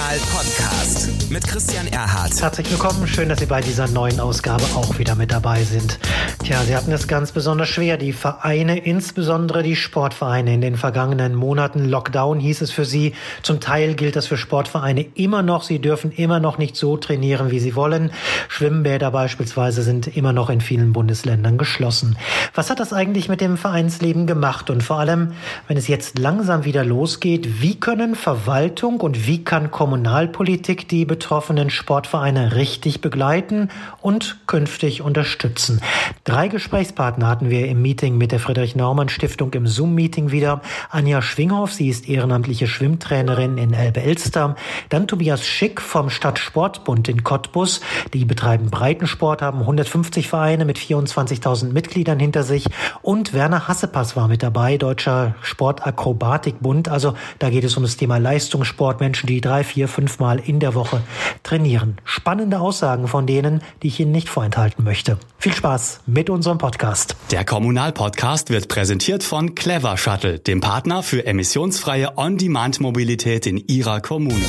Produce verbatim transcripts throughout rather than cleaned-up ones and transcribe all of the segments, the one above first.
Kommunal-Podcast mit Christian Erhardt. Herzlich willkommen, schön, dass Sie bei dieser neuen Ausgabe auch wieder mit dabei sind. Tja, Sie hatten es ganz besonders schwer, die Vereine, insbesondere die Sportvereine in den vergangenen Monaten. Lockdown hieß es für Sie. Zum Teil gilt das für Sportvereine immer noch. Sie dürfen immer noch nicht so trainieren, wie sie wollen. Schwimmbäder beispielsweise sind immer noch in vielen Bundesländern geschlossen. Was hat das eigentlich mit dem Vereinsleben gemacht? Und vor allem, wenn es jetzt langsam wieder losgeht, wie können Verwaltung und wie kann Kommunalpolitik die betroffenen Sportvereine richtig begleiten und künftig unterstützen? Drei Gesprächspartner hatten wir im Meeting mit der Friedrich-Naumann-Stiftung im Zoom-Meeting wieder. Anja Schwinghoff, sie ist ehrenamtliche Schwimmtrainerin in Elbe-Elster. Dann Tobias Schick vom Stadtsportbund in Cottbus. Die betreiben Breitensport, haben hundertfünfzig Vereine mit vierundzwanzigtausend Mitgliedern hinter sich. Und Werner Hassepass war mit dabei, Deutscher Sportakrobatikbund. Also da geht es um das Thema Leistungssport, Menschen, die drei, vier, fünf Mal in der Woche trainieren. Spannende Aussagen von denen, die ich Ihnen nicht vorenthalten möchte. Viel Spaß mit unserem Podcast. Der Kommunal-Podcast wird präsentiert von Clever Shuttle, dem Partner für emissionsfreie On-Demand-Mobilität in Ihrer Kommune.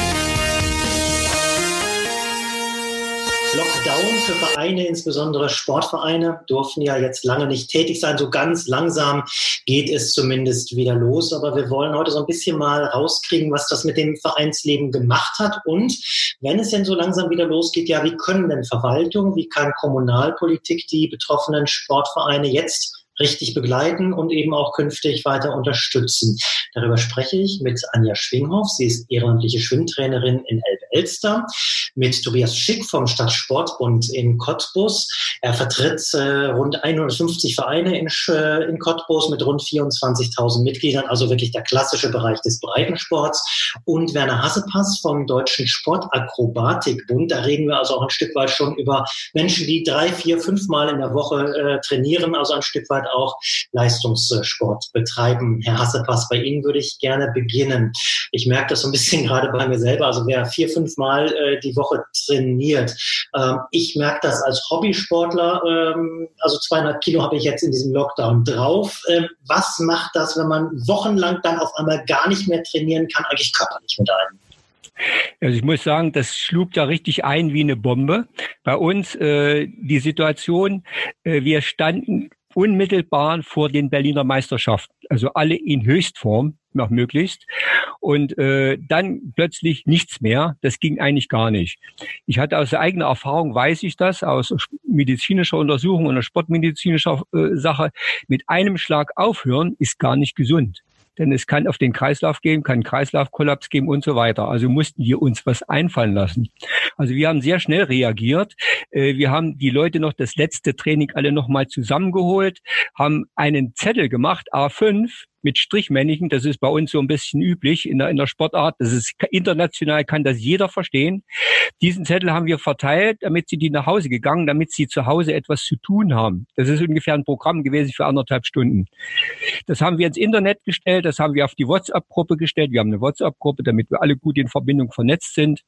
Lockdown für Vereine, insbesondere Sportvereine, durften ja jetzt lange nicht tätig sein. So ganz langsam geht es zumindest wieder los. Aber wir wollen heute so ein bisschen mal rauskriegen, was das mit dem Vereinsleben gemacht hat. Und wenn es denn so langsam wieder losgeht, ja, wie können denn Verwaltung, wie kann Kommunalpolitik die betroffenen Sportvereine jetzt richtig begleiten und eben auch künftig weiter unterstützen? Darüber spreche ich mit Anja Schwinghoff. Sie ist ehrenamtliche Schwimmtrainerin in Elbe-Elster. Mit Tobias Schick vom Stadtsportbund in Cottbus. Er vertritt äh, rund hundertfünfzig Vereine in, äh, in Cottbus mit rund vierundzwanzigtausend Mitgliedern, also wirklich der klassische Bereich des Breitensports. Und Werner Hassepass vom Deutschen Sportakrobatikbund. Da reden wir also auch ein Stück weit schon über Menschen, die drei, vier, fünf Mal in der Woche äh, trainieren, also ein Stück weit auch Leistungssport betreiben. Herr Hassepass, bei Ihnen würde ich gerne beginnen. Ich merke das so ein bisschen gerade bei mir selber. Also wer vier, fünf Mal äh, die Woche trainiert. Ähm, ich merke das als Hobbysportler. Ähm, also zweieinhalb Kilo habe ich jetzt in diesem Lockdown drauf. Ähm, was macht das, wenn man wochenlang dann auf einmal gar nicht mehr trainieren kann, eigentlich körperlich mit einem? Also ich muss sagen, das schlug da richtig ein wie eine Bombe. Bei uns äh, die Situation, äh, wir standen unmittelbar vor den Berliner Meisterschaften, also alle in Höchstform, noch möglichst. Und äh, dann plötzlich nichts mehr. Das ging eigentlich gar nicht. Ich hatte aus eigener Erfahrung, weiß ich das, aus medizinischer Untersuchung und sportmedizinischer äh, Sache, mit einem Schlag aufhören ist gar nicht gesund. Denn es kann auf den Kreislauf gehen, kann einen Kreislaufkollaps geben und so weiter. Also mussten wir uns was einfallen lassen. Also wir haben sehr schnell reagiert. Wir haben die Leute noch das letzte Training alle nochmal zusammengeholt, haben einen Zettel gemacht, A fünf, mit Strichmännchen. Das ist bei uns so ein bisschen üblich in der, in der Sportart. Das ist international, kann das jeder verstehen. Diesen Zettel haben wir verteilt, damit sie die nach Hause gegangen, damit sie zu Hause etwas zu tun haben. Das ist ungefähr ein Programm gewesen für anderthalb Stunden. Das haben wir ins Internet gestellt, das haben wir auf die WhatsApp-Gruppe gestellt. Wir haben eine WhatsApp-Gruppe, damit wir alle gut in Verbindung vernetzt sind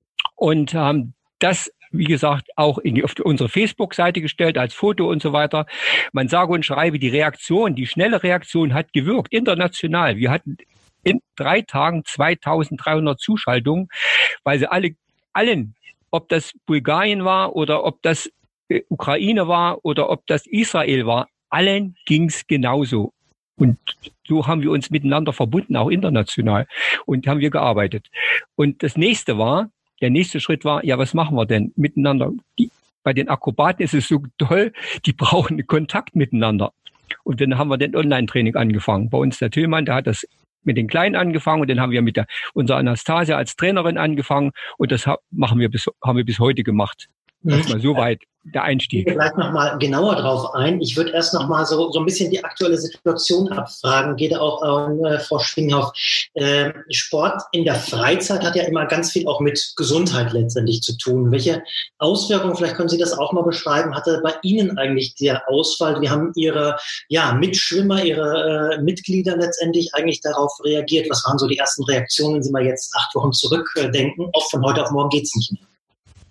und haben das, wie gesagt, auch in die, auf unsere Facebook-Seite gestellt als Foto und so weiter. Man sage und schreibe, die Reaktion, die schnelle Reaktion hat gewirkt, international. Wir hatten in drei Tagen zweitausenddreihundert Zuschaltungen, weil sie alle, allen, ob das Bulgarien war oder ob das äh, Ukraine war oder ob das Israel war, allen ging's genauso. Und so haben wir uns miteinander verbunden, auch international, und haben wir gearbeitet. Und das nächste war, Der nächste Schritt war, ja, was machen wir denn miteinander? Die, bei den Akrobaten ist es so toll, die brauchen Kontakt miteinander. Und dann haben wir den Online-Training angefangen. Bei uns der Tillmann, der hat das mit den Kleinen angefangen und dann haben wir mit der unserer Anastasia als Trainerin angefangen und das machen wir bis, haben wir bis heute gemacht. Erstmal so weit der Einstieg. Ich gehe gleich nochmal genauer drauf ein. Ich würde erst nochmal so, so ein bisschen die aktuelle Situation abfragen. Geht auch an äh, Frau Schwinghoff. Äh, Sport in der Freizeit hat ja immer ganz viel auch mit Gesundheit letztendlich zu tun. Welche Auswirkungen, vielleicht können Sie das auch mal beschreiben, hatte bei Ihnen eigentlich der Ausfall? Wie haben Ihre ja, Mitschwimmer, Ihre äh, Mitglieder letztendlich eigentlich darauf reagiert? Was waren so die ersten Reaktionen, wenn Sie mal jetzt acht Wochen zurückdenken? Oft von heute auf morgen geht es nicht mehr.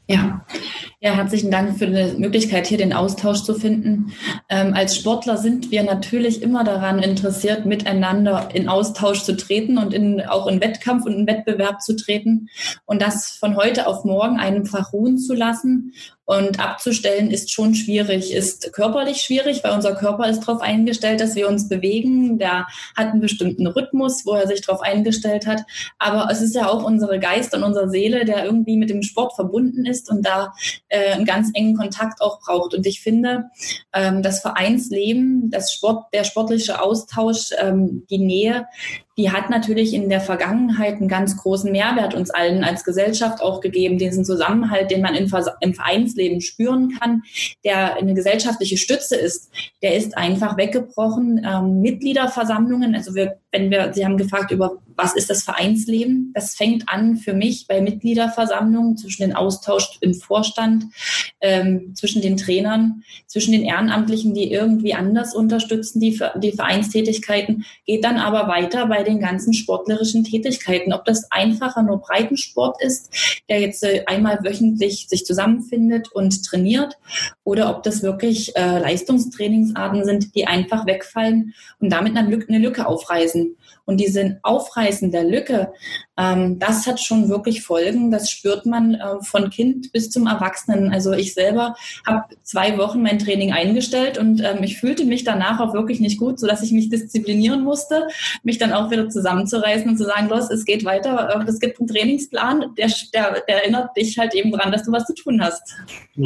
Ja. Ja, herzlichen Dank für die Möglichkeit, hier den Austausch zu finden. Ähm, als Sportler sind wir natürlich immer daran interessiert, miteinander in Austausch zu treten und in, auch in Wettkampf und in Wettbewerb zu treten. Und das von heute auf morgen einfach ruhen zu lassen und abzustellen, ist schon schwierig, ist körperlich schwierig, weil unser Körper ist darauf eingestellt, dass wir uns bewegen. Der hat einen bestimmten Rhythmus, wo er sich darauf eingestellt hat. Aber es ist ja auch unsere Geist und unsere Seele, der irgendwie mit dem Sport verbunden ist und da äh, einen ganz engen Kontakt auch braucht. Und ich finde, ähm, das Vereinsleben, das Sport, der sportliche Austausch, ähm, die Nähe, die hat natürlich in der Vergangenheit einen ganz großen Mehrwert uns allen als Gesellschaft auch gegeben. Diesen Zusammenhalt, den man im Vereinsleben spüren kann, der eine gesellschaftliche Stütze ist, der ist einfach weggebrochen. Ähm, Mitgliederversammlungen, also wir, wenn wir, Sie haben gefragt über, was ist das Vereinsleben? Das fängt an für mich bei Mitgliederversammlungen, zwischen den Austausch im Vorstand, ähm, zwischen den Trainern, zwischen den Ehrenamtlichen, die irgendwie anders unterstützen, die, die Vereinstätigkeiten, geht dann aber weiter bei den ganzen sportlerischen Tätigkeiten. Ob das einfacher nur Breitensport ist, der jetzt äh, einmal wöchentlich sich zusammenfindet und trainiert, oder ob das wirklich äh, Leistungstrainingsarten sind, die einfach wegfallen und damit eine Lücke, eine Lücke aufreißen. Und diese Aufreißen der Lücke, ähm, das hat schon wirklich Folgen. Das spürt man äh, von Kind bis zum Erwachsenen. Also ich selber habe zwei Wochen mein Training eingestellt und ähm, ich fühlte mich danach auch wirklich nicht gut, sodass ich mich disziplinieren musste, mich dann auch wieder zusammenzureißen und zu sagen, los, es geht weiter. Es gibt einen Trainingsplan, der, der, der erinnert dich halt eben dran, dass du was zu tun hast.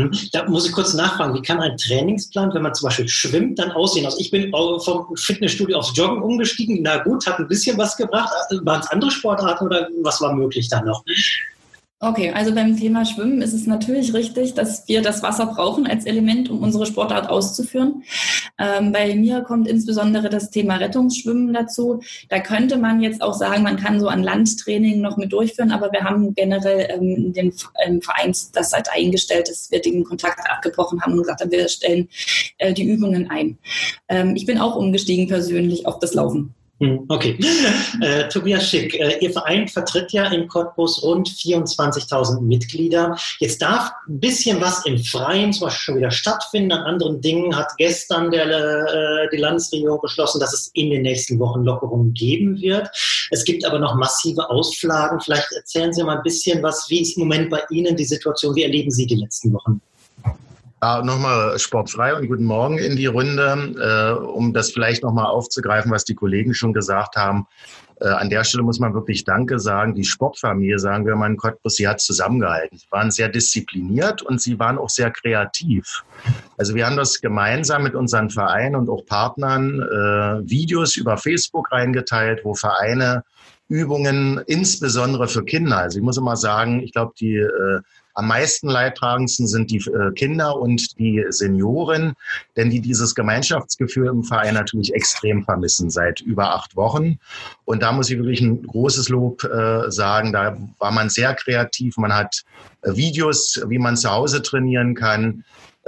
Da muss ich kurz nachfragen, wie kann ein Trainingsplan, wenn man zum Beispiel schwimmt, dann aussehen? Also ich bin vom Fitnessstudio aufs Joggen umgestiegen. Na gut, hat ein bisschen was gebracht. Waren es andere Sportarten oder was war möglich dann noch? Okay, also beim Thema Schwimmen ist es natürlich richtig, dass wir das Wasser brauchen als Element, um unsere Sportart auszuführen. Ähm, bei mir kommt insbesondere das Thema Rettungsschwimmen dazu. Da könnte man jetzt auch sagen, man kann so ein Landtraining noch mit durchführen, aber wir haben generell ähm, den ähm, Verein, das halt eingestellt ist, wir den Kontakt abgebrochen haben und gesagt haben, wir stellen äh, die Übungen ein. Ähm, ich bin auch umgestiegen persönlich auf das Laufen. Okay. Äh, Tobias Schick, äh, Ihr Verein vertritt ja in Cottbus rund vierundzwanzigtausend Mitglieder. Jetzt darf ein bisschen was im Freien zum Beispiel schon wieder stattfinden. An anderen Dingen hat gestern der, äh, die Landesregierung beschlossen, dass es in den nächsten Wochen Lockerungen geben wird. Es gibt aber noch massive Ausflagen. Vielleicht erzählen Sie mal ein bisschen was. Wie ist im Moment bei Ihnen die Situation? Wie erleben Sie die letzten Wochen? Ja, nochmal sportfrei und guten Morgen in die Runde, äh, um das vielleicht nochmal aufzugreifen, was die Kollegen schon gesagt haben. Äh, an der Stelle muss man wirklich Danke sagen. Die Sportfamilie, sagen wir mal in Cottbus, sie hat zusammengehalten. Sie waren sehr diszipliniert und sie waren auch sehr kreativ. Also wir haben das gemeinsam mit unseren Vereinen und auch Partnern äh, Videos über Facebook reingeteilt, wo Vereine Übungen, insbesondere für Kinder, also ich muss immer sagen, ich glaube, die äh, am meisten Leidtragendsten sind die äh, Kinder und die Senioren, denn die dieses Gemeinschaftsgefühl im Verein natürlich extrem vermissen seit über acht Wochen. Und da muss ich wirklich ein großes Lob äh, sagen, da war man sehr kreativ, man hat äh, Videos, wie man zu Hause trainieren kann.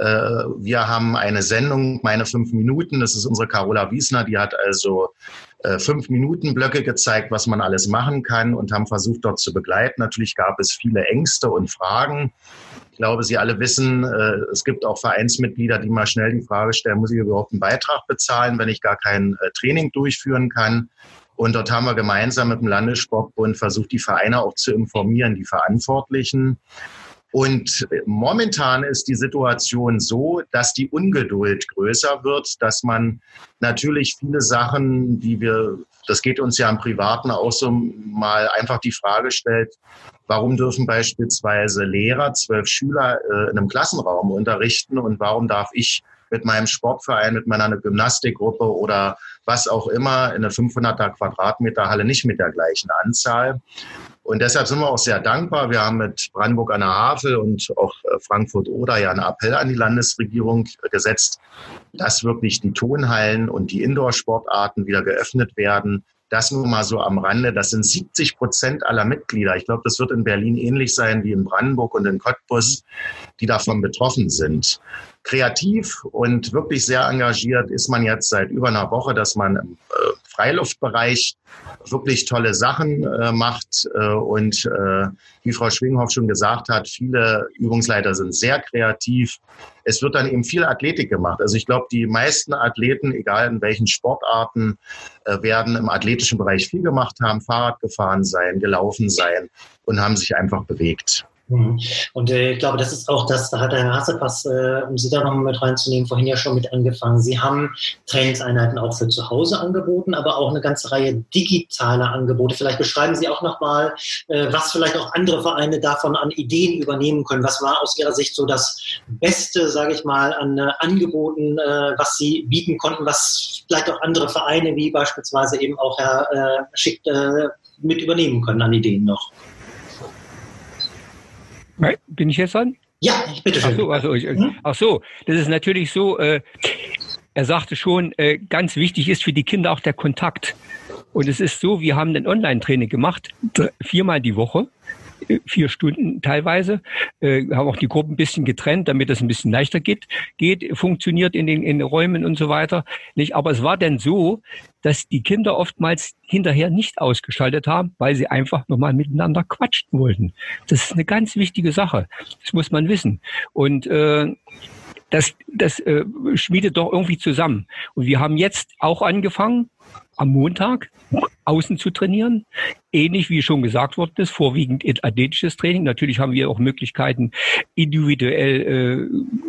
Wir haben eine Sendung, meine fünf Minuten, das ist unsere Carola Wiesner, die hat also fünf Minuten Blöcke gezeigt, was man alles machen kann und haben versucht, dort zu begleiten. Natürlich gab es viele Ängste und Fragen. Ich glaube, Sie alle wissen, es gibt auch Vereinsmitglieder, die mal schnell die Frage stellen, muss ich überhaupt einen Beitrag bezahlen, wenn ich gar kein Training durchführen kann? Und dort haben wir gemeinsam mit dem Landessportbund versucht, die Vereine auch zu informieren, die Verantwortlichen. Und momentan ist die Situation so, dass die Ungeduld größer wird, dass man natürlich viele Sachen, die wir, das geht uns ja im Privaten auch so, mal einfach die Frage stellt, warum dürfen beispielsweise Lehrer zwölf Schüler äh, in einem Klassenraum unterrichten und warum darf ich mit meinem Sportverein, mit meiner Gymnastikgruppe oder was auch immer in eine fünfhunderter Quadratmeter Halle nicht mit der gleichen Anzahl. Und deshalb sind wir auch sehr dankbar. Wir haben mit Brandenburg an der Havel und auch Frankfurt-Oder ja einen Appell an die Landesregierung gesetzt, dass wirklich die Turnhallen und die Indoor-Sportarten wieder geöffnet werden. Das nur mal so am Rande. Das sind siebzig Prozent aller Mitglieder. Ich glaube, das wird in Berlin ähnlich sein wie in Brandenburg und in Cottbus, die davon betroffen sind. Kreativ und wirklich sehr engagiert ist man jetzt seit über einer Woche, dass man im Freiluftbereich wirklich tolle Sachen äh, macht. Äh, und äh, wie Frau Schwinghoff schon gesagt hat, viele Übungsleiter sind sehr kreativ. Es wird dann eben viel Athletik gemacht. Also ich glaube, die meisten Athleten, egal in welchen Sportarten, äh, werden im athletischen Bereich viel gemacht haben, Fahrrad gefahren sein, gelaufen sein und haben sich einfach bewegt. Und äh, ich glaube, das ist auch das, da hat der Herr Hassepass, äh, um Sie da nochmal mit reinzunehmen, vorhin ja schon mit angefangen. Sie haben Trainingseinheiten auch für zu Hause angeboten, aber auch eine ganze Reihe digitaler Angebote. Vielleicht beschreiben Sie auch nochmal, äh, was vielleicht auch andere Vereine davon an Ideen übernehmen können. Was war aus Ihrer Sicht so das Beste, sage ich mal, an äh, Angeboten, äh, was Sie bieten konnten, was vielleicht auch andere Vereine, wie beispielsweise eben auch Herr äh, Schick, äh, mit übernehmen können an Ideen noch? Bin ich jetzt dran? Ja, ich bitte schön. Ach so, also ich, hm? ach so, das ist natürlich so, äh, er sagte schon, äh, ganz wichtig ist für die Kinder auch der Kontakt. Und es ist so, wir haben ein Online-Training gemacht, viermal die Woche, vier Stunden teilweise, äh, haben auch die Gruppen ein bisschen getrennt, damit das ein bisschen leichter geht, geht funktioniert in den, in den Räumen und so weiter. Nicht, aber es war dann so, dass die Kinder oftmals hinterher nicht ausgeschaltet haben, weil sie einfach nochmal miteinander quatschen wollten. Das ist eine ganz wichtige Sache. Das muss man wissen. Und äh, das, das äh, schmiedet doch irgendwie zusammen. Und wir haben jetzt auch angefangen, am Montag außen zu trainieren. Ähnlich wie schon gesagt worden ist, vorwiegend athletisches Training. Natürlich haben wir auch Möglichkeiten, individuell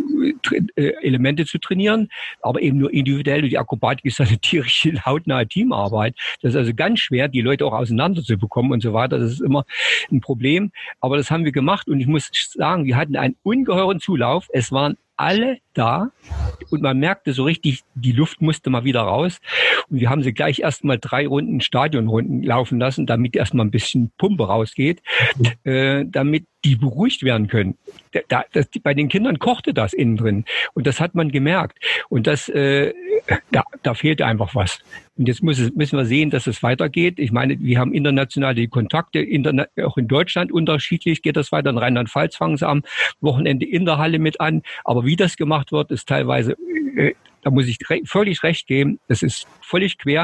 äh, Elemente zu trainieren, aber eben nur individuell. Und die Akrobatik ist eine tierische, hautnahe Teamarbeit. Das ist also ganz schwer, die Leute auch auseinander zu bekommen und so weiter. Das ist immer ein Problem. Aber das haben wir gemacht und ich muss sagen, wir hatten einen ungeheuren Zulauf. Es waren alle da und man merkte so richtig, die Luft musste mal wieder raus. Und wir haben sie gleich erstmal drei Runden Stadionrunden laufen lassen, damit erstmal ein bisschen Pumpe rausgeht, äh, damit die beruhigt werden können. Da, das, bei den Kindern kochte das innen drin und das hat man gemerkt. Und das, äh, da, da fehlte einfach was. Und jetzt muss es, müssen wir sehen, dass es weitergeht. Ich meine, wir haben internationale Kontakte, interna- auch in Deutschland unterschiedlich geht das weiter. In Rheinland-Pfalz fangen sie am Wochenende in der Halle mit an. Aber wie das gemacht wird, ist teilweise, äh, da muss ich re- völlig recht geben, das ist völlig quer.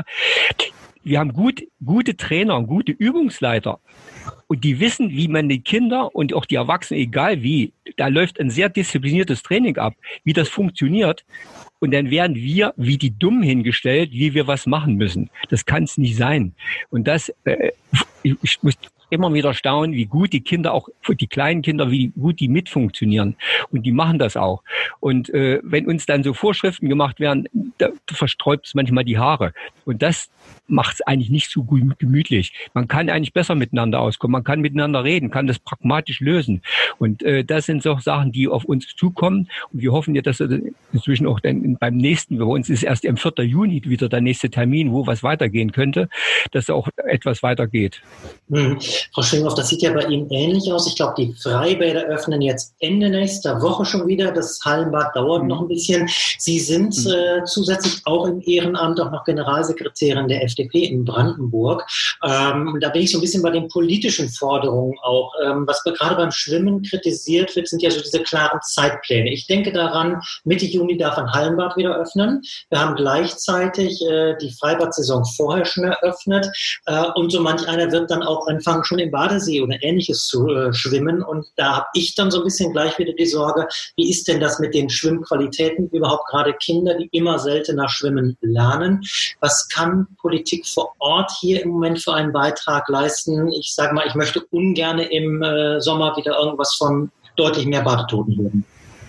Wir haben gut, gute Trainer und gute Übungsleiter. Und die wissen, wie man die Kinder und auch die Erwachsenen, egal wie, da läuft ein sehr diszipliniertes Training ab, wie das funktioniert. Und dann werden wir wie die Dummen hingestellt, wie wir was machen müssen. Das kann es nicht sein. Und das, äh, ich, ich muss immer wieder staunen, wie gut die Kinder, auch die kleinen Kinder, wie gut die mitfunktionieren. Und die machen das auch. Und äh, wenn uns dann so Vorschriften gemacht werden, da versträubt es manchmal die Haare. Und das macht es eigentlich nicht so gut gemütlich. Man kann eigentlich besser miteinander auskommen. Man kann miteinander reden, kann das pragmatisch lösen. Und äh, das sind so Sachen, die auf uns zukommen. Und wir hoffen ja, dass wir inzwischen auch dann beim nächsten, bei uns ist erst am vierten Juni wieder der nächste Termin, wo was weitergehen könnte, dass auch etwas weitergeht. Mhm. Frau Schwinghoff, das sieht ja bei Ihnen ähnlich aus. Ich glaube, die Freibäder öffnen jetzt Ende nächster Woche schon wieder. Das Hallenbad dauert mhm. noch ein bisschen. Sie sind mhm. äh, zusätzlich auch im Ehrenamt auch noch Generalsekretärin der F D P in Brandenburg. Ähm, da bin ich so ein bisschen bei den politischen Forderungen auch. Ähm, was gerade beim Schwimmen kritisiert wird, sind ja so diese klaren Zeitpläne. Ich denke daran, Mitte Juni darf ein Hallenbad wieder öffnen. Wir haben gleichzeitig äh, die Freibad-Saison vorher schon eröffnet. Äh, und so manch einer wird dann auch anfangen, schon im Badesee oder Ähnliches zu äh, schwimmen. Und da habe ich dann so ein bisschen gleich wieder die Sorge, wie ist denn das mit den Schwimmqualitäten? Überhaupt gerade Kinder, die immer seltener schwimmen lernen. Was kann Politik vor Ort hier im Moment für einen Beitrag leisten? Ich sage mal, ich möchte ungern im äh, Sommer wieder irgendwas von deutlich mehr Badetoten hören.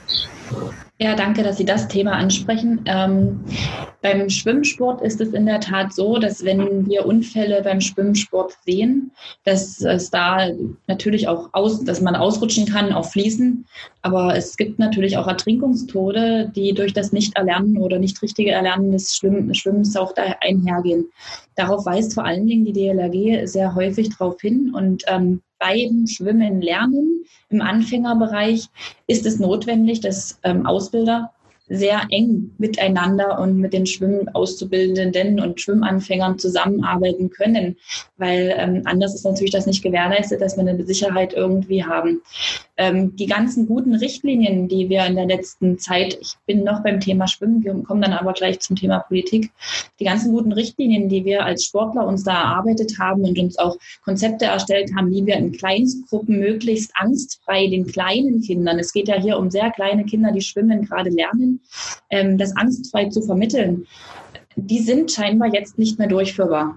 Ja, danke, dass Sie das Thema ansprechen. Ähm, beim Schwimmsport ist es in der Tat so, dass wenn wir Unfälle beim Schwimmsport sehen, dass es da natürlich auch aus, dass man ausrutschen kann auf Fliesen. Aber es gibt natürlich auch Ertrinkungstode, die durch das Nicht-Erlernen oder nicht richtige Erlernen des Schwimm- Schwimmens auch da einhergehen. Darauf weist vor allen Dingen die D L R G sehr häufig darauf hin und ähm, beim Schwimmen lernen im Anfängerbereich ist es notwendig, dass ähm, Ausbilder sehr eng miteinander und mit den Schwimmauszubildenden und Schwimmanfängern zusammenarbeiten können, weil ähm, anders ist natürlich das nicht gewährleistet, dass wir eine Sicherheit irgendwie haben. Ähm, die ganzen guten Richtlinien, die wir in der letzten Zeit, ich bin noch beim Thema Schwimmen, wir kommen dann aber gleich zum Thema Politik, die ganzen guten Richtlinien, die wir als Sportler uns da erarbeitet haben und uns auch Konzepte erstellt haben, wie wir in Kleinstgruppen möglichst angstfrei den kleinen Kindern, es geht ja hier um sehr kleine Kinder, die schwimmen, gerade lernen, ähm, das angstfrei zu vermitteln, die sind scheinbar jetzt nicht mehr durchführbar.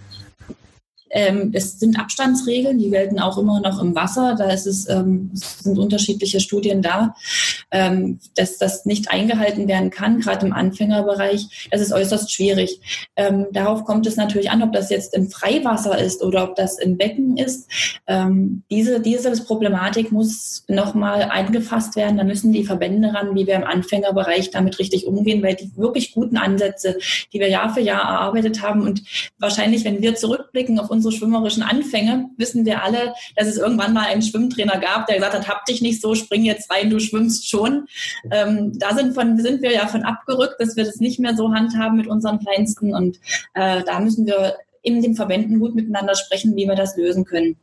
Ähm, es sind Abstandsregeln, die gelten auch immer noch im Wasser. Da ist es, ähm, es sind unterschiedliche Studien da, ähm, dass das nicht eingehalten werden kann, gerade im Anfängerbereich. Das ist äußerst schwierig. Ähm, darauf kommt es natürlich an, ob das jetzt im Freiwasser ist oder ob das im Becken ist. Ähm, diese, diese Problematik muss nochmal eingefasst werden. Da müssen die Verbände ran, wie wir im Anfängerbereich damit richtig umgehen, weil die wirklich guten Ansätze, die wir Jahr für Jahr erarbeitet haben und wahrscheinlich, wenn wir zurückblicken auf unsere schwimmerischen Anfänge, wissen wir alle, dass es irgendwann mal einen Schwimmtrainer gab, der gesagt hat, hab dich nicht so, spring jetzt rein, du schwimmst schon. Ähm, da sind, von, sind wir ja von abgerückt, dass wir das nicht mehr so handhaben mit unseren Kleinsten und äh, da müssen wir in den Verbänden gut miteinander sprechen, wie wir das lösen können.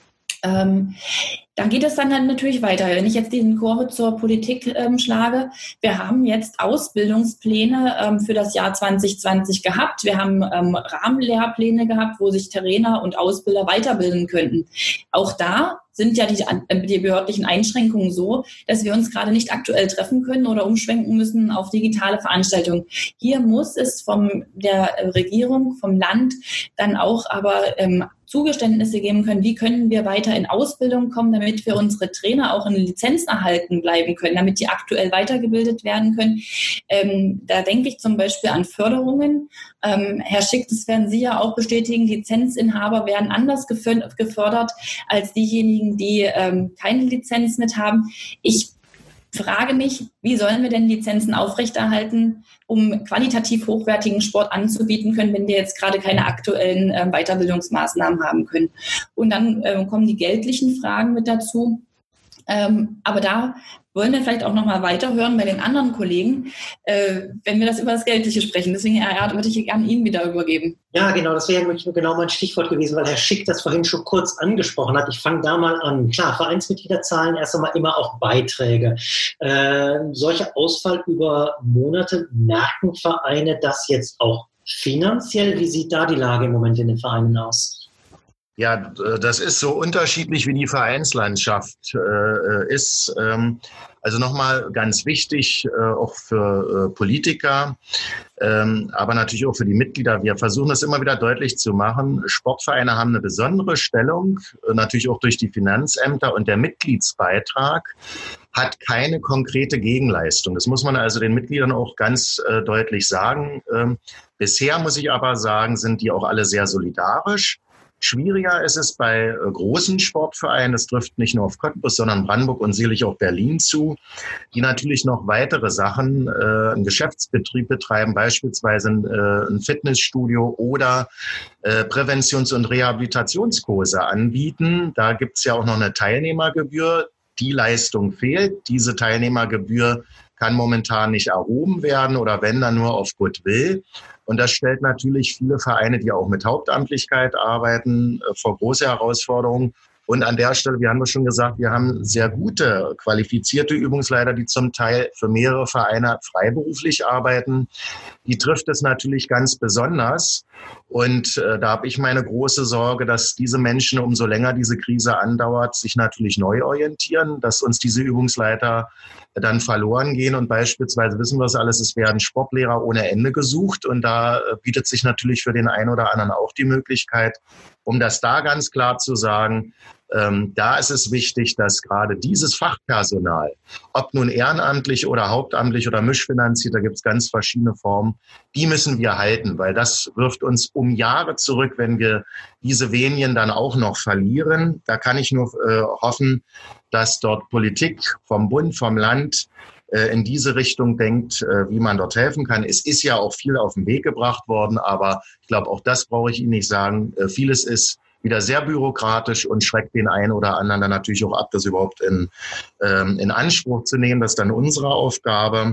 Ähm, dann geht es dann, dann natürlich weiter. Wenn ich jetzt diesen Kurve zur Politik ähm, schlage, wir haben jetzt Ausbildungspläne ähm, für das Jahr zwanzig zwanzig gehabt. Wir haben ähm, Rahmenlehrpläne gehabt, wo sich Trainer und Ausbilder weiterbilden könnten. Auch da sind ja die, die behördlichen Einschränkungen so, dass wir uns gerade nicht aktuell treffen können oder umschwenken müssen auf digitale Veranstaltungen. Hier muss es von der Regierung, vom Land dann auch aber ähm, Zugeständnisse geben können, wie können wir weiter in Ausbildung kommen, damit wir unsere Trainer auch in Lizenz erhalten bleiben können, damit die aktuell weitergebildet werden können. Ähm, da denke ich zum Beispiel an Förderungen. Ähm, Herr Schick, das werden Sie ja auch bestätigen, Lizenzinhaber werden anders gefördert als diejenigen, die ähm, keine Lizenz mit haben. Ich frage mich, wie sollen wir denn Lizenzen aufrechterhalten, um qualitativ hochwertigen Sport anzubieten können, wenn wir jetzt gerade keine aktuellen äh, Weiterbildungsmaßnahmen haben können. Und dann äh, kommen die geldlichen Fragen mit dazu. Ähm, aber da wollen wir vielleicht auch noch mal weiterhören bei den anderen Kollegen, äh, wenn wir das über das Geldliche sprechen. Deswegen, Herr Erd, würde ich gerne Ihnen wieder übergeben. Ja, genau, das wäre genau mein Stichwort gewesen, weil Herr Schick das vorhin schon kurz angesprochen hat. Ich fange da mal an. Klar, Vereinsmitglieder zahlen erst einmal immer auch Beiträge. Äh, solcher Ausfall über Monate, merken Vereine das jetzt auch finanziell? Wie sieht da die Lage im Moment in den Vereinen aus? Ja, das ist so unterschiedlich, wie die Vereinslandschaft äh, ist. Ähm, also nochmal ganz wichtig, äh, auch für äh, Politiker, ähm, aber natürlich auch für die Mitglieder. Wir versuchen es immer wieder deutlich zu machen. Sportvereine haben eine besondere Stellung, äh, natürlich auch durch die Finanzämter, und der Mitgliedsbeitrag hat keine konkrete Gegenleistung. Das muss man also den Mitgliedern auch ganz äh, deutlich sagen. Ähm, bisher, muss ich aber sagen, sind die auch alle sehr solidarisch. Schwieriger ist es bei äh, großen Sportvereinen, das trifft nicht nur auf Cottbus, sondern Brandenburg und sicherlich auch Berlin zu, die natürlich noch weitere Sachen, äh, einen Geschäftsbetrieb betreiben, beispielsweise äh, ein Fitnessstudio oder äh, Präventions- und Rehabilitationskurse anbieten. Da gibt es ja auch noch eine Teilnehmergebühr. Die Leistung fehlt. Diese Teilnehmergebühr kann momentan nicht erhoben werden oder wenn, dann nur auf Goodwill. Und das stellt natürlich viele Vereine, die auch mit Hauptamtlichkeit arbeiten, vor große Herausforderungen. Und an der Stelle, wir haben es schon gesagt, wir haben sehr gute, qualifizierte Übungsleiter, die zum Teil für mehrere Vereine freiberuflich arbeiten. Die trifft es natürlich ganz besonders. Und äh, da habe ich meine große Sorge, dass diese Menschen, umso länger diese Krise andauert, sich natürlich neu orientieren, dass uns diese Übungsleiter dann verloren gehen. Und beispielsweise wissen wir es alles, es werden Sportlehrer ohne Ende gesucht. Und da äh, bietet sich natürlich für den einen oder anderen auch die Möglichkeit, um das da ganz klar zu sagen, ähm, da ist es wichtig, dass gerade dieses Fachpersonal, ob nun ehrenamtlich oder hauptamtlich oder mischfinanziert, da gibt es ganz verschiedene Formen, die müssen wir halten, weil das wirft uns um Jahre zurück, wenn wir diese Venien dann auch noch verlieren. Da kann ich nur äh, hoffen, dass dort Politik vom Bund, vom Land äh, in diese Richtung denkt, äh, wie man dort helfen kann. Es ist ja auch viel auf den Weg gebracht worden, aber ich glaube, auch das brauche ich Ihnen nicht sagen. Äh, vieles ist wieder sehr bürokratisch und schreckt den einen oder anderen dann natürlich auch ab, das überhaupt in, ähm, in Anspruch zu nehmen. Das ist dann unsere Aufgabe.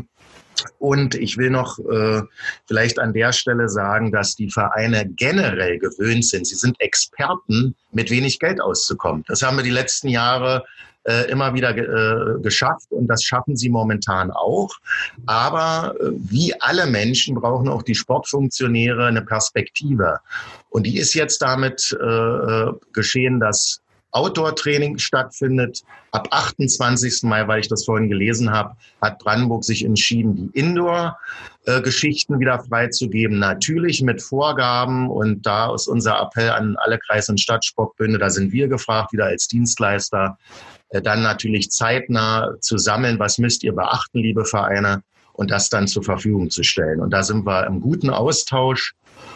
Und ich will noch äh, vielleicht an der Stelle sagen, dass die Vereine generell gewöhnt sind. Sie sind Experten, mit wenig Geld auszukommen. Das haben wir die letzten Jahre äh, immer wieder ge äh, geschafft und das schaffen sie momentan auch. Aber äh, wie alle Menschen brauchen auch die Sportfunktionäre eine Perspektive. Und die ist jetzt damit äh, geschehen, dass Outdoor-Training stattfindet. Ab achtundzwanzigsten Mai, weil ich das vorhin gelesen habe, hat Brandenburg sich entschieden, die Indoor-Geschichten wieder freizugeben. Natürlich mit Vorgaben, und da ist unser Appell an alle Kreis- und Stadtsportbünde, da sind wir gefragt, wieder als Dienstleister, dann natürlich zeitnah zu sammeln, was müsst ihr beachten, liebe Vereine, und das dann zur Verfügung zu stellen. Und da sind wir im guten Austausch.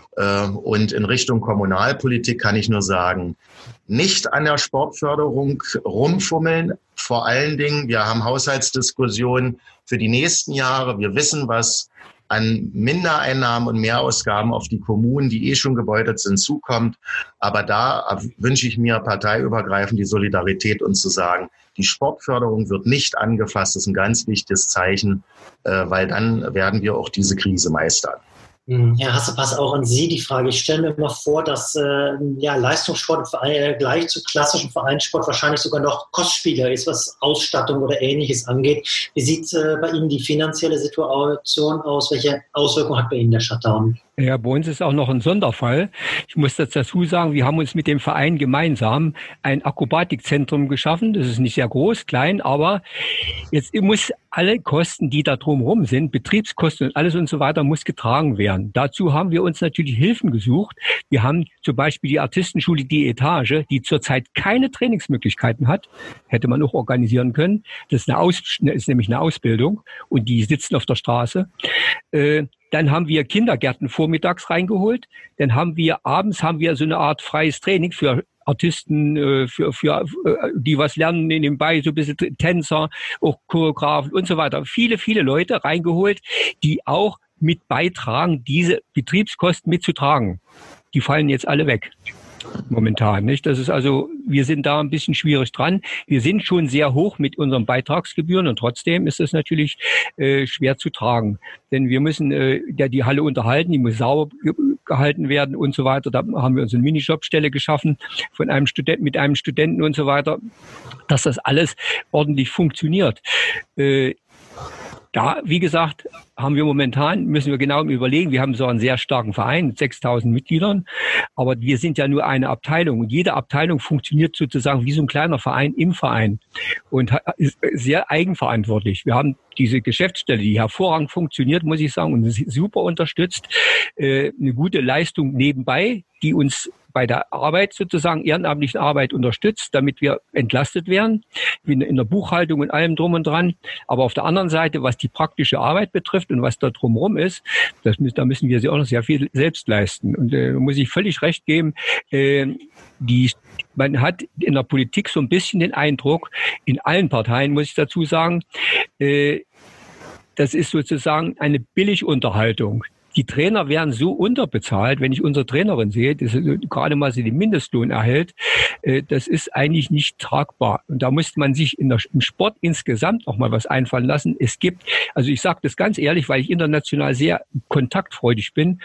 Und in Richtung Kommunalpolitik kann ich nur sagen, nicht an der Sportförderung rumfummeln. Vor allen Dingen, wir haben Haushaltsdiskussionen für die nächsten Jahre. Wir wissen, was an Mindereinnahmen und Mehrausgaben auf die Kommunen, die eh schon gebeutelt sind, zukommt. Aber da wünsche ich mir parteiübergreifend die Solidarität und zu sagen, die Sportförderung wird nicht angefasst. Das ist ein ganz wichtiges Zeichen, weil dann werden wir auch diese Krise meistern. Herr Hassepass, auch an Sie die Frage. Ich stelle mir immer vor, dass äh, ja, Leistungssport äh, gleich zu klassischem Vereinssport wahrscheinlich sogar noch kostspieliger ist, was Ausstattung oder Ähnliches angeht. Wie sieht äh, bei Ihnen die finanzielle Situation aus? Welche Auswirkungen hat bei Ihnen der Shutdown? Ja, bei uns ist auch noch ein Sonderfall. Ich muss das dazu sagen, wir haben uns mit dem Verein gemeinsam ein Akrobatikzentrum geschaffen. Das ist nicht sehr groß, klein, aber jetzt muss alle Kosten, die da drumherum sind, Betriebskosten und alles und so weiter, muss getragen werden. Dazu haben wir uns natürlich Hilfen gesucht. Wir haben zum Beispiel die Artistenschule Die Etage, die zurzeit keine Trainingsmöglichkeiten hat, hätte man auch organisieren können. Das ist, eine Aus, ist nämlich eine Ausbildung und die sitzen auf der Straße. Äh, Dann haben wir Kindergärten vormittags reingeholt. Dann haben wir abends haben wir so eine Art freies Training für Artisten, für, für die was lernen nebenbei, so ein bisschen Tänzer, auch Choreografen und so weiter. Viele, viele Leute reingeholt, die auch mit beitragen, diese Betriebskosten mitzutragen. Die fallen jetzt alle weg. Momentan, nicht? Das ist also, wir sind da ein bisschen schwierig dran. Wir sind schon sehr hoch mit unseren Beitragsgebühren und trotzdem ist es natürlich äh, schwer zu tragen. Denn wir müssen äh, ja die Halle unterhalten, die muss sauber ge gehalten werden und so weiter. Da haben wir uns eine Minijobstelle geschaffen von einem Studenten mit einem Studenten und so weiter, dass das alles ordentlich funktioniert. Äh, Da, wie gesagt, haben wir momentan, müssen wir genau überlegen, wir haben so einen sehr starken Verein mit sechstausend Mitgliedern, aber wir sind ja nur eine Abteilung und jede Abteilung funktioniert sozusagen wie so ein kleiner Verein im Verein und ist sehr eigenverantwortlich. Wir haben diese Geschäftsstelle, die hervorragend funktioniert, muss ich sagen, und super unterstützt, eine gute Leistung nebenbei, die uns bei der Arbeit sozusagen, ehrenamtlichen Arbeit unterstützt, damit wir entlastet werden, in der Buchhaltung und allem drum und dran. Aber auf der anderen Seite, was die praktische Arbeit betrifft und was da drumherum ist, das, da müssen wir sie auch noch sehr viel selbst leisten. Und äh, muss ich völlig recht geben, äh, die, man hat in der Politik so ein bisschen den Eindruck, in allen Parteien, muss ich dazu sagen, äh, das ist sozusagen eine Billigunterhaltung. Die Trainer werden so unterbezahlt, wenn ich unsere Trainerin sehe, die gerade mal sie den Mindestlohn erhält, das ist eigentlich nicht tragbar. Und da muss man sich in der, im Sport insgesamt auch mal was einfallen lassen. Es gibt, also ich sage das ganz ehrlich, weil ich international sehr kontaktfreudig bin,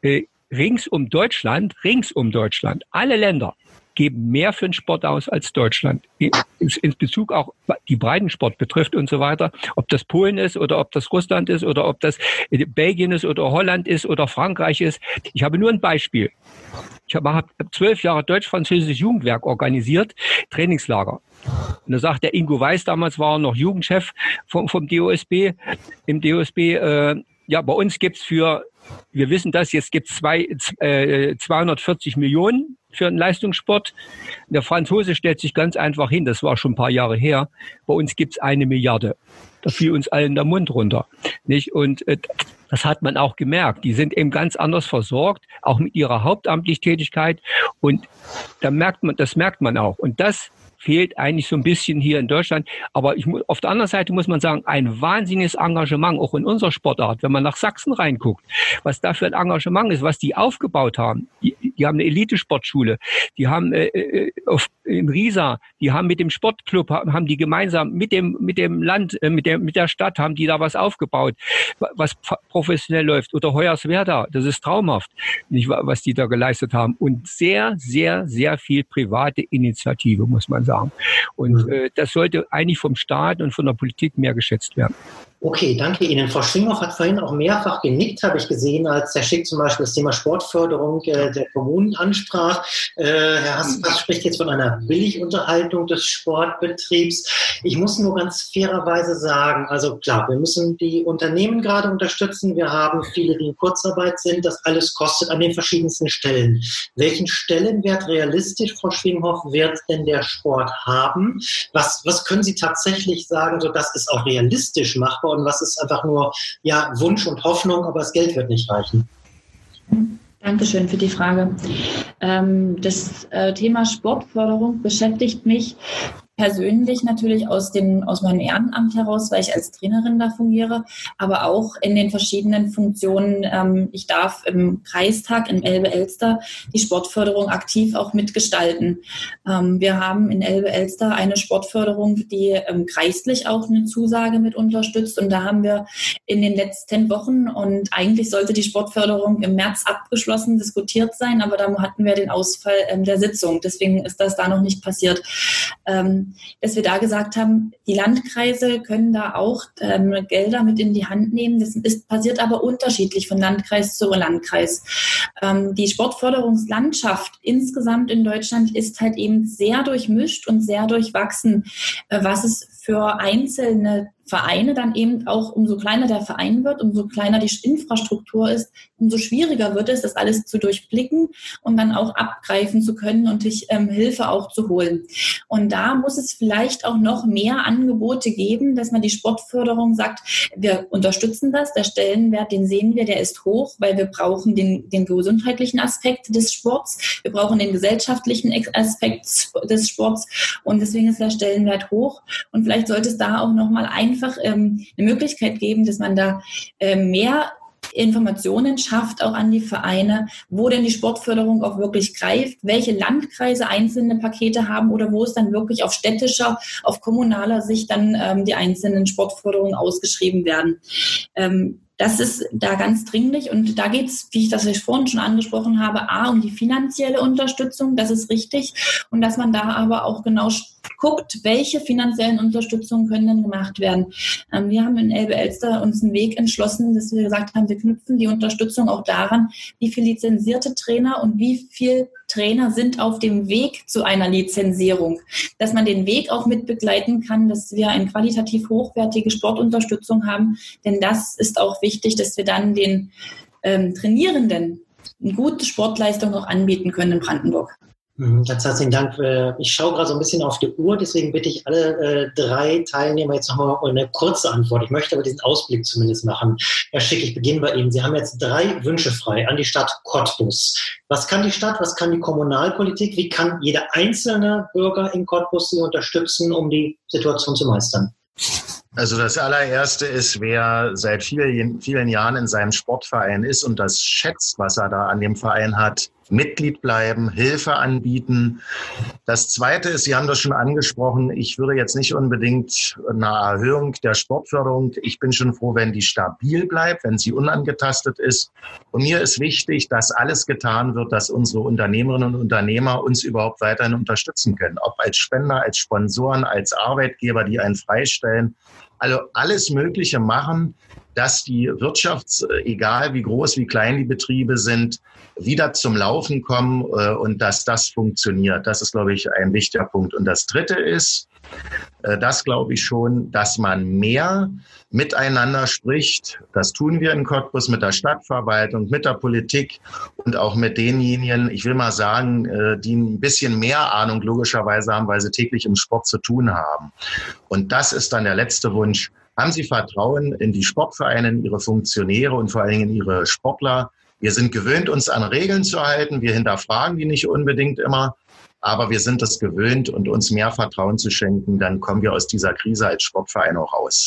rings um Deutschland, rings um Deutschland, alle Länder geben mehr für den Sport aus als Deutschland. In Bezug auch die Breitensport betrifft und so weiter. Ob das Polen ist oder ob das Russland ist oder ob das Belgien ist oder Holland ist oder Frankreich ist. Ich habe nur ein Beispiel. Ich habe zwölf Jahre deutsch-französisches Jugendwerk organisiert, Trainingslager. Und da sagt der Ingo Weiß, damals war er noch Jugendchef vom, vom D O S B, im D O S B, äh, ja, bei uns gibt's für, wir wissen das, jetzt gibt's zwei, äh, zweihundertvierzig Millionen für einen Leistungssport. Der Franzose stellt sich ganz einfach hin, das war schon ein paar Jahre her, bei uns gibt's eine Milliarde. Da fiel uns allen der Mund runter. Nicht? Und äh, das hat man auch gemerkt. Die sind eben ganz anders versorgt, auch mit ihrer hauptamtlichen Tätigkeit. Und da merkt man, das merkt man auch. Und das fehlt eigentlich so ein bisschen hier in Deutschland. Aber ich, auf der anderen Seite muss man sagen, ein wahnsinniges Engagement, auch in unserer Sportart. Wenn man nach Sachsen reinguckt, was da für ein Engagement ist, was die aufgebaut haben. Die, die haben eine Elite-Sportschule, die haben äh, auf, im Riesa, die haben mit dem Sportclub, haben die gemeinsam mit dem mit dem Land, äh, mit der mit der Stadt, haben die da was aufgebaut, was professionell läuft. Oder Hoyerswerda, das ist traumhaft, nicht, was die da geleistet haben. Und sehr, sehr, sehr viel private Initiative, muss man sagen. Und äh, das sollte eigentlich vom Staat und von der Politik mehr geschätzt werden. Okay, danke Ihnen. Frau Schwinghoff hat vorhin auch mehrfach genickt, habe ich gesehen, als Herr Schick zum Beispiel das Thema Sportförderung äh, der Kommunen ansprach. Äh, Herr Hasselpass spricht jetzt von einer Billigunterhaltung des Sportbetriebs. Ich muss nur ganz fairerweise sagen, also klar, wir müssen die Unternehmen gerade unterstützen. Wir haben viele, die in Kurzarbeit sind. Das alles kostet an den verschiedensten Stellen. Welchen Stellenwert realistisch, Frau Schwinghoff, wird denn der Sport haben? Was, was können Sie tatsächlich sagen, so dass es auch realistisch machbar und was ist einfach nur ja, Wunsch und Hoffnung, aber das Geld wird nicht reichen? Dankeschön für die Frage. Ähm, das äh, Thema Sportförderung beschäftigt mich persönlich natürlich aus dem, aus meinem Ehrenamt heraus, weil ich als Trainerin da fungiere, aber auch in den verschiedenen Funktionen. Ähm, ich darf im Kreistag in Elbe-Elster die Sportförderung aktiv auch mitgestalten. Ähm, wir haben in Elbe-Elster eine Sportförderung, die ähm, kreislich auch eine Zusage mit unterstützt. Und da haben wir in den letzten Wochen, und eigentlich sollte die Sportförderung im März abgeschlossen, diskutiert sein, aber da hatten wir den Ausfall ähm, der Sitzung. Deswegen ist das da noch nicht passiert. Ähm, dass wir da gesagt haben, die Landkreise können da auch ähm, Gelder mit in die Hand nehmen. Das ist, passiert aber unterschiedlich von Landkreis zu Landkreis. Ähm, die Sportförderungslandschaft insgesamt in Deutschland ist halt eben sehr durchmischt und sehr durchwachsen, äh, was es für einzelne Vereine dann eben auch, umso kleiner der Verein wird, umso kleiner die Infrastruktur ist, umso schwieriger wird es, das alles zu durchblicken und dann auch abgreifen zu können und sich ähm, Hilfe auch zu holen. Und da muss es vielleicht auch noch mehr Angebote geben, dass man die Sportförderung sagt, wir unterstützen das, der Stellenwert, den sehen wir, der ist hoch, weil wir brauchen den, den gesundheitlichen Aspekt des Sports, wir brauchen den gesellschaftlichen Aspekt des Sports und deswegen ist der Stellenwert hoch. Und vielleicht sollte es da auch nochmal ein einfach ähm, eine Möglichkeit geben, dass man da äh, mehr Informationen schafft, auch an die Vereine, wo denn die Sportförderung auch wirklich greift, welche Landkreise einzelne Pakete haben oder wo es dann wirklich auf städtischer, auf kommunaler Sicht dann ähm, die einzelnen Sportförderungen ausgeschrieben werden. Ähm, Das ist da ganz dringlich und da geht es, wie ich das vorhin schon angesprochen habe, A, um die finanzielle Unterstützung, das ist richtig und dass man da aber auch genau guckt, welche finanziellen Unterstützungen können denn gemacht werden. Ähm, wir haben in Elbe-Elster uns einen Weg entschlossen, dass wir gesagt haben, wir knüpfen die Unterstützung auch daran, wie viele lizenzierte Trainer und wie viel Trainer sind auf dem Weg zu einer Lizenzierung, dass man den Weg auch mit begleiten kann, dass wir eine qualitativ hochwertige Sportunterstützung haben, denn das ist auch wichtig, dass wir dann den ähm, Trainierenden eine gute Sportleistung auch anbieten können in Brandenburg. Ganz herzlichen Dank. Ich schaue gerade so ein bisschen auf die Uhr, deswegen bitte ich alle äh, drei Teilnehmer jetzt nochmal eine kurze Antwort. Ich möchte aber diesen Ausblick zumindest machen. Herr Schick, ich beginne bei Ihnen. Sie haben jetzt drei Wünsche frei an die Stadt Cottbus. Was kann die Stadt, was kann die Kommunalpolitik, wie kann jeder einzelne Bürger in Cottbus Sie unterstützen, um die Situation zu meistern? Also das allererste ist, wer seit vielen, vielen Jahren in seinem Sportverein ist und das schätzt, was er da an dem Verein hat, Mitglied bleiben, Hilfe anbieten. Das Zweite ist, Sie haben das schon angesprochen, ich würde jetzt nicht unbedingt eine Erhöhung der Sportförderung, ich bin schon froh, wenn die stabil bleibt, wenn sie unangetastet ist. Und mir ist wichtig, dass alles getan wird, dass unsere Unternehmerinnen und Unternehmer uns überhaupt weiterhin unterstützen können. Ob als Spender, als Sponsoren, als Arbeitgeber, die einen freistellen. Also alles Mögliche machen, dass die Wirtschaft, egal wie groß, wie klein die Betriebe sind, wieder zum Laufen kommen äh, und dass das funktioniert. Das ist, glaube ich, ein wichtiger Punkt. Und das Dritte ist, äh, das glaube ich schon, dass man mehr miteinander spricht. Das tun wir in Cottbus mit der Stadtverwaltung, mit der Politik und auch mit denjenigen, ich will mal sagen, äh, die ein bisschen mehr Ahnung logischerweise haben, weil sie täglich im Sport zu tun haben. Und das ist dann der letzte Wunsch. Haben Sie Vertrauen in die Sportvereine, in Ihre Funktionäre und vor allen Dingen in Ihre Sportler? Wir sind gewöhnt, uns an Regeln zu halten. Wir hinterfragen die nicht unbedingt immer. Aber wir sind es gewöhnt und uns mehr Vertrauen zu schenken, dann kommen wir aus dieser Krise als Sportverein auch raus.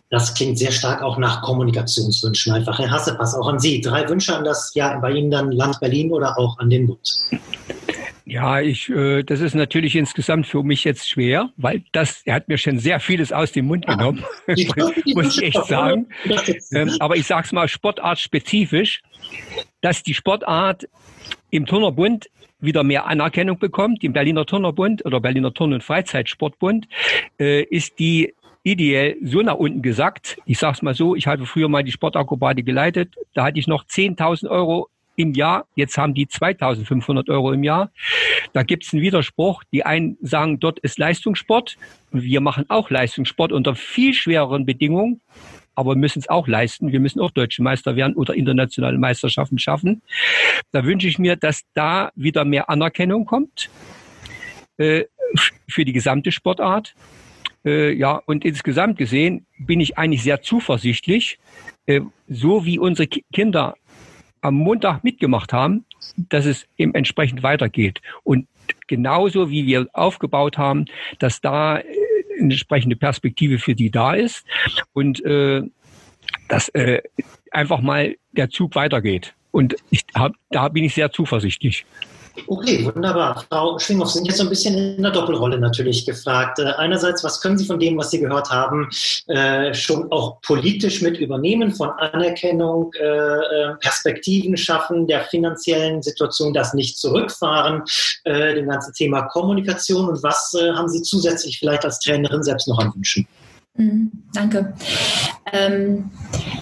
Das klingt sehr stark auch nach Kommunikationswünschen. Einfach, Herr Hassepass, auch an Sie. Drei Wünsche an das, ja, bei Ihnen dann Land Berlin oder auch an den Bund. Ja, ich, äh, das ist natürlich insgesamt für mich jetzt schwer, weil das, er hat mir schon sehr vieles aus dem Mund genommen, muss ich echt sagen. Ähm, aber ich sag's mal sportartspezifisch, dass die Sportart im Turnerbund wieder mehr Anerkennung bekommt. Im Berliner Turnerbund oder Berliner Turn- und Freizeitsportbund äh, ist die ideell so nach unten gesackt. Ich sag's mal so, ich habe früher mal die Sportakrobatik geleitet. Da hatte ich noch zehntausend Euro im Jahr. Jetzt haben die zweitausendfünfhundert Euro im Jahr. Da gibt's einen Widerspruch. Die einen sagen, dort ist Leistungssport. Wir machen auch Leistungssport unter viel schwereren Bedingungen. Aber wir müssen es auch leisten. Wir müssen auch Deutsche Meister werden oder internationale Meisterschaften schaffen. Da wünsche ich mir, dass da wieder mehr Anerkennung kommt äh, für die gesamte Sportart. Äh, ja, und insgesamt gesehen bin ich eigentlich sehr zuversichtlich, äh, so wie unsere Ki- Kinder am Montag mitgemacht haben, dass es eben entsprechend weitergeht. Und genauso wie wir aufgebaut haben, dass da eine entsprechende Perspektive für die da ist und äh, dass äh, einfach mal der Zug weitergeht. Und ich hab, da bin ich sehr zuversichtlich. Okay, wunderbar. Frau Schwinghoff, sind jetzt so ein bisschen in der Doppelrolle natürlich gefragt. Äh, einerseits, was können Sie von dem, was Sie gehört haben, äh, schon auch politisch mit übernehmen, von Anerkennung, äh, Perspektiven schaffen, der finanziellen Situation, das nicht zurückfahren, äh, dem ganzen Thema Kommunikation, und was äh, haben Sie zusätzlich vielleicht als Trainerin selbst noch an Wünschen? Mhm, danke. Ähm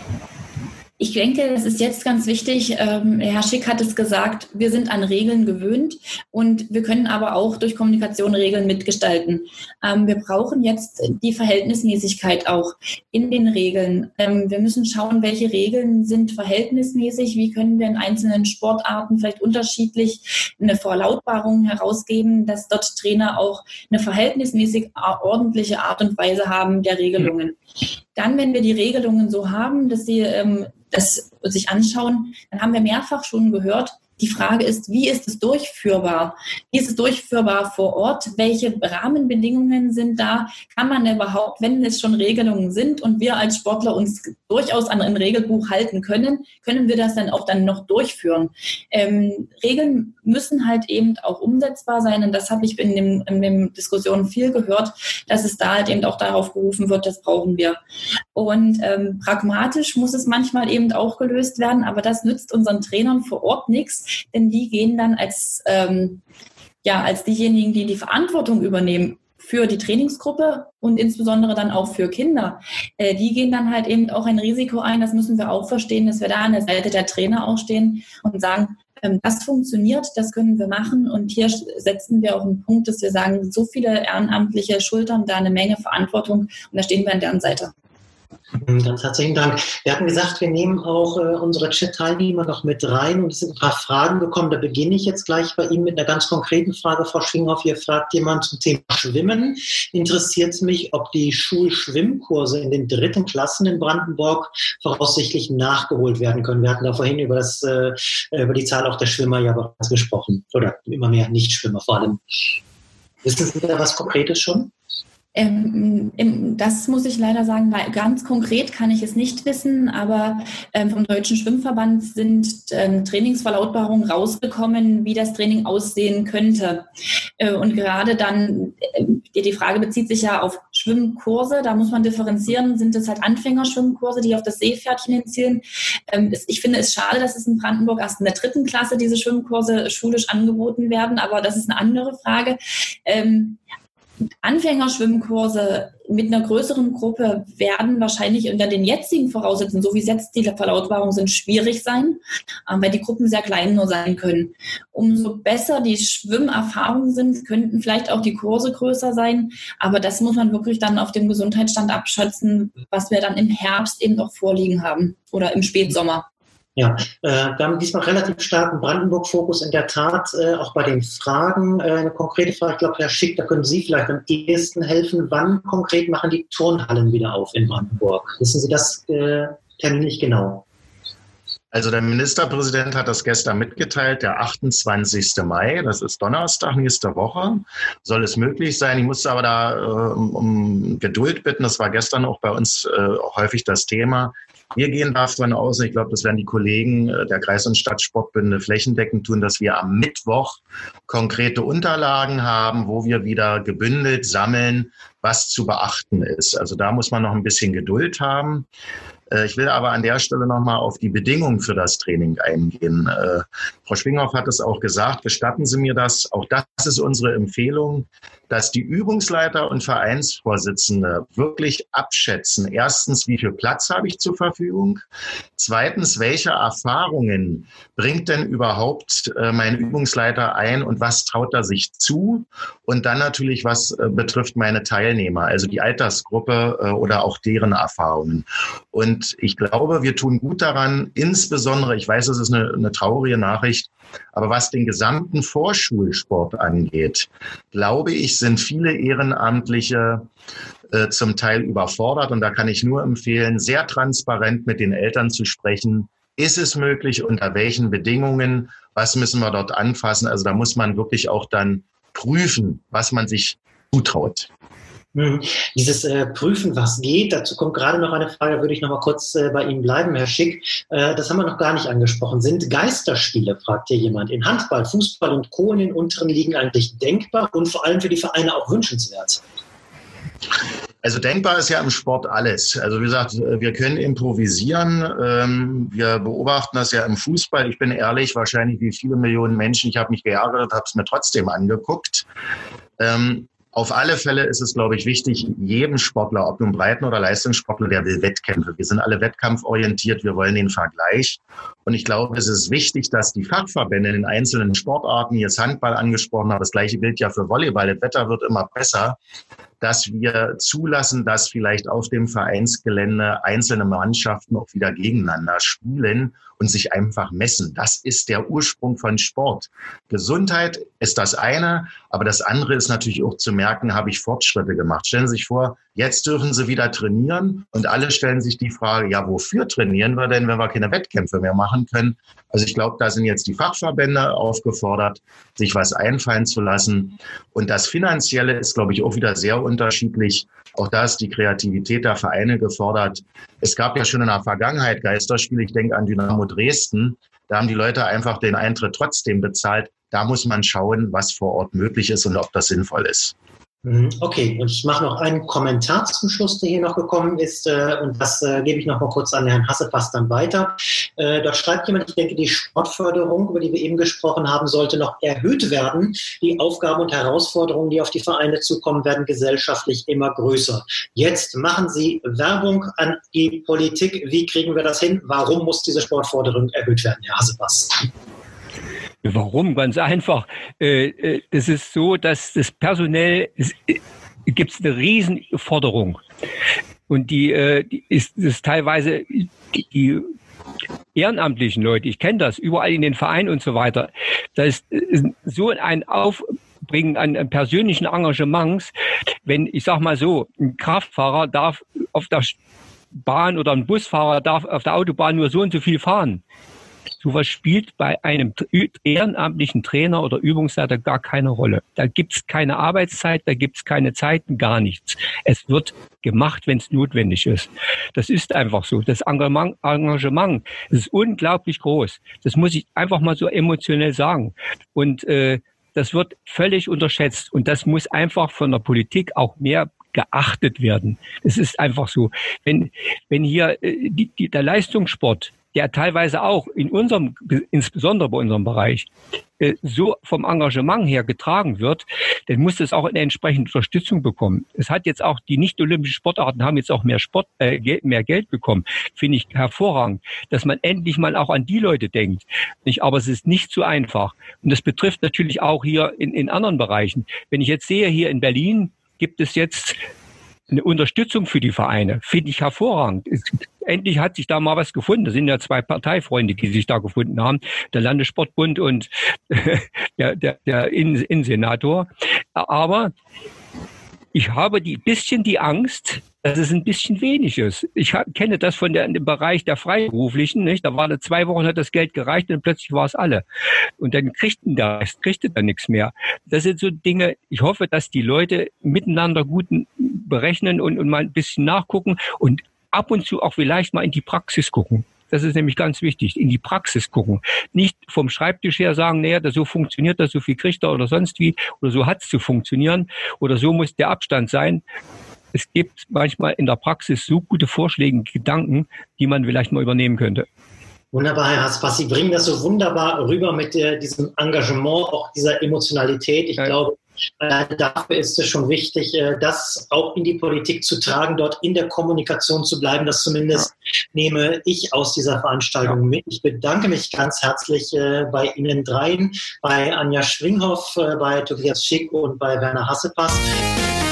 Ich denke, es ist jetzt ganz wichtig, ähm, Herr Schick hat es gesagt, wir sind an Regeln gewöhnt und wir können aber auch durch Kommunikation Regeln mitgestalten. Ähm, wir brauchen jetzt die Verhältnismäßigkeit auch in den Regeln. Ähm, wir müssen schauen, welche Regeln sind verhältnismäßig, wie können wir in einzelnen Sportarten vielleicht unterschiedlich eine Verlautbarung herausgeben, dass dort Trainer auch eine verhältnismäßig ordentliche Art und Weise haben der Regelungen. Dann, wenn wir die Regelungen so haben, dass sie ähm, das sich anschauen, dann haben wir mehrfach schon gehört, die Frage ist, wie ist es durchführbar? Wie ist es durchführbar vor Ort? Welche Rahmenbedingungen sind da? Kann man überhaupt, wenn es schon Regelungen sind und wir als Sportler uns durchaus an ein Regelbuch halten können, können wir das dann auch dann noch durchführen? Ähm, Regeln müssen halt eben auch umsetzbar sein, und das habe ich in dem, in den Diskussionen viel gehört, dass es da halt eben auch darauf gerufen wird, das brauchen wir. Und ähm, pragmatisch muss es manchmal eben auch gelöst werden, aber das nützt unseren Trainern vor Ort nichts, denn die gehen dann als, ähm, ja, als diejenigen, die die Verantwortung übernehmen für die Trainingsgruppe und insbesondere dann auch für Kinder. Äh, die gehen dann halt eben auch ein Risiko ein, das müssen wir auch verstehen, dass wir da an der Seite der Trainer auch stehen und sagen, ähm, das funktioniert, das können wir machen, und hier setzen wir auch einen Punkt, dass wir sagen, so viele Ehrenamtliche schultern da eine Menge Verantwortung, und da stehen wir an deren Seite. Ganz herzlichen Dank. Wir hatten gesagt, wir nehmen auch äh, unsere Chat-Teilnehmer noch mit rein, und es sind ein paar Fragen gekommen. Da beginne ich jetzt gleich bei Ihnen mit einer ganz konkreten Frage. Frau Schwinghoff, hier fragt jemand zum Thema Schwimmen. Interessiert mich, ob die Schulschwimmkurse in den dritten Klassen in Brandenburg voraussichtlich nachgeholt werden können. Wir hatten da vorhin über, das, äh, über die Zahl auch der Schwimmer ja bereits gesprochen. Oder immer mehr Nichtschwimmer vor allem. Wissen Sie da was Konkretes schon? Ähm, im, das muss ich leider sagen, weil ganz konkret kann ich es nicht wissen, aber ähm, vom Deutschen Schwimmverband sind ähm, Trainingsverlautbarungen rausgekommen, wie das Training aussehen könnte. Äh, und gerade dann, äh, die, die Frage bezieht sich ja auf Schwimmkurse, da muss man differenzieren, sind es halt Anfängerschwimmkurse, die auf das Seepferdchen hinzielen. Ähm, es, ich finde es schade, dass es in Brandenburg erst in der dritten Klasse diese Schwimmkurse schulisch angeboten werden, aber das ist eine andere Frage. Ähm, Anfängerschwimmkurse mit einer größeren Gruppe werden wahrscheinlich unter den jetzigen Voraussetzungen, so wie es jetzt die Verlautbarungen sind, schwierig sein, weil die Gruppen sehr klein nur sein können. Umso besser die Schwimmerfahrungen sind, könnten vielleicht auch die Kurse größer sein, aber das muss man wirklich dann auf dem Gesundheitsstand abschätzen, was wir dann im Herbst eben noch vorliegen haben oder im Spätsommer. Ja, äh, wir haben diesmal relativ starken Brandenburg-Fokus in der Tat, äh, auch bei den Fragen. Äh, eine konkrete Frage, ich glaube, Herr Schick, da können Sie vielleicht am ehesten helfen. Wann konkret machen die Turnhallen wieder auf in Brandenburg? Wissen Sie das äh, terminlich genau? Also der Ministerpräsident hat das gestern mitgeteilt, der achtundzwanzigsten Mai, das ist Donnerstag nächste Woche, soll es möglich sein. Ich musste aber da äh, um Geduld bitten, das war gestern auch bei uns äh, häufig das Thema. Wir gehen davon aus, ich glaube, das werden die Kollegen der Kreis- und Stadtsportbünde flächendeckend tun, dass wir am Mittwoch konkrete Unterlagen haben, wo wir wieder gebündelt sammeln, was zu beachten ist. Also da muss man noch ein bisschen Geduld haben. Ich will aber an der Stelle nochmal auf die Bedingungen für das Training eingehen. Äh, Frau Schwinghoff hat es auch gesagt, gestatten Sie mir das. Auch das ist unsere Empfehlung, dass die Übungsleiter und Vereinsvorsitzende wirklich abschätzen. Erstens, wie viel Platz habe ich zur Verfügung? Zweitens, welche Erfahrungen bringt denn überhaupt äh, mein Übungsleiter ein und was traut er sich zu? Und dann natürlich, was äh, betrifft meine Teilnehmer, also die Altersgruppe äh, oder auch deren Erfahrungen. Und Und ich glaube, wir tun gut daran, insbesondere, ich weiß, es ist eine, eine traurige Nachricht, aber was den gesamten Vorschulsport angeht, glaube ich, sind viele Ehrenamtliche äh, zum Teil überfordert. Und da kann ich nur empfehlen, sehr transparent mit den Eltern zu sprechen. Ist es möglich? Unter welchen Bedingungen? Was müssen wir dort anfassen? Also da muss man wirklich auch dann prüfen, was man sich zutraut. Dieses äh, Prüfen, was geht, dazu kommt gerade noch eine Frage, da würde ich noch mal kurz äh, bei Ihnen bleiben, Herr Schick. Äh, das haben wir noch gar nicht angesprochen. Sind Geisterspiele, fragt hier jemand, in Handball, Fußball und Co. in den unteren Ligen eigentlich denkbar und vor allem für die Vereine auch wünschenswert? Also denkbar ist ja im Sport alles. Also wie gesagt, wir können improvisieren. Wir beobachten das ja im Fußball. Ich bin ehrlich, wahrscheinlich wie viele Millionen Menschen. Ich habe mich geärgert, habe es mir trotzdem angeguckt. Auf alle Fälle ist es, glaube ich, wichtig, jedem Sportler, ob nun Breiten- oder Leistungssportler, der will Wettkämpfe. Wir sind alle wettkampforientiert, wir wollen den Vergleich. Und ich glaube, es ist wichtig, dass die Fachverbände in den einzelnen Sportarten, hier ist Handball angesprochen, aber das Gleiche gilt ja für Volleyball, das Wetter wird immer besser, dass wir zulassen, dass vielleicht auf dem Vereinsgelände einzelne Mannschaften auch wieder gegeneinander spielen und sich einfach messen. Das ist der Ursprung von Sport. Gesundheit ist das eine, aber das andere ist natürlich auch zu merken, habe ich Fortschritte gemacht. Stellen Sie sich vor, jetzt dürfen Sie wieder trainieren und alle stellen sich die Frage, ja, wofür trainieren wir denn, wenn wir keine Wettkämpfe mehr machen können? Also ich glaube, da sind jetzt die Fachverbände aufgefordert, sich was einfallen zu lassen. Und das Finanzielle ist, glaube ich, auch wieder sehr unterschiedlich. Auch da ist die Kreativität der Vereine gefordert. Es gab ja schon in der Vergangenheit Geisterspiele, ich denke an Dynamo Dresden. Da haben die Leute einfach den Eintritt trotzdem bezahlt. Da muss man schauen, was vor Ort möglich ist und ob das sinnvoll ist. Okay, und ich mache noch einen Kommentar zum Schluss, der hier noch gekommen ist, äh, und das äh, gebe ich noch mal kurz an Herrn Hassepass dann weiter. Äh, dort schreibt jemand, ich denke, die Sportförderung, über die wir eben gesprochen haben, sollte noch erhöht werden. Die Aufgaben und Herausforderungen, die auf die Vereine zukommen, werden gesellschaftlich immer größer. Jetzt machen Sie Werbung an die Politik. Wie kriegen wir das hin? Warum muss diese Sportförderung erhöht werden, Herr Hassepass? Warum? Ganz einfach. Äh, das ist so, dass das personell, es gibt eine Riesenforderung. Und die, äh, die ist, ist teilweise die, die ehrenamtlichen Leute, ich kenne das, überall in den Vereinen und so weiter. Da ist so ein Aufbringen an, an persönlichen Engagements, wenn, ich sag mal so, ein Kraftfahrer darf auf der Bahn oder ein Busfahrer darf auf der Autobahn nur so und so viel fahren. Sowas spielt bei einem ehrenamtlichen Trainer oder Übungsleiter gar keine Rolle. Da gibt's keine Arbeitszeit, da gibt's keine Zeiten, gar nichts. Es wird gemacht, wenn es notwendig ist. Das ist einfach so. Das Engagement, Engagement, das ist unglaublich groß. Das muss ich einfach mal so emotionell sagen. Und äh, das wird völlig unterschätzt. Und das muss einfach von der Politik auch mehr geachtet werden. Es ist einfach so. Wenn, wenn hier äh, die, die, der Leistungssport, der teilweise auch in unserem, insbesondere bei unserem Bereich, äh, so vom Engagement her getragen wird, dann muss es auch eine entsprechende Unterstützung bekommen. Es hat jetzt auch, die nicht-olympischen Sportarten haben jetzt auch mehr Sport, äh, Geld, mehr Geld bekommen. Finde ich hervorragend, dass man endlich mal auch an die Leute denkt. Nicht? Aber es ist nicht so einfach. Und das betrifft natürlich auch hier in, in anderen Bereichen. Wenn ich jetzt sehe, hier in Berlin gibt es jetzt eine Unterstützung für die Vereine, finde ich hervorragend. Es, endlich hat sich da mal was gefunden. Das sind ja zwei Parteifreunde, die sich da gefunden haben, der Landessportbund und der, der, der Innensenator. Aber ich habe die bisschen die Angst, dass es ein bisschen wenig ist. Ich hab, kenne das von der, dem Bereich der Freiberuflichen, nicht? Da waren zwei Wochen, hat das Geld gereicht und plötzlich war es alle. Und dann kriegten der Rest, kriegte dann nichts mehr. Das sind so Dinge, ich hoffe, dass die Leute miteinander gut berechnen und, und mal ein bisschen nachgucken und ab und zu auch vielleicht mal in die Praxis gucken. Das ist nämlich ganz wichtig, in die Praxis gucken. Nicht vom Schreibtisch her sagen, naja, so funktioniert das, so viel kriegt er oder sonst wie, oder so hat es zu funktionieren oder so muss der Abstand sein. Es gibt manchmal in der Praxis so gute Vorschläge, Gedanken, die man vielleicht mal übernehmen könnte. Wunderbar, Herr Haspas. Sie bringen das so wunderbar rüber mit äh, diesem Engagement, auch dieser Emotionalität. Ich ja. glaube, äh, dafür ist es schon wichtig, äh, das auch in die Politik zu tragen, dort in der Kommunikation zu bleiben. Das zumindest ja. nehme ich aus dieser Veranstaltung ja. mit. Ich bedanke mich ganz herzlich äh, bei Ihnen dreien, bei Anja Schwinghoff, äh, bei Tobias Schick und bei Werner Hassepass.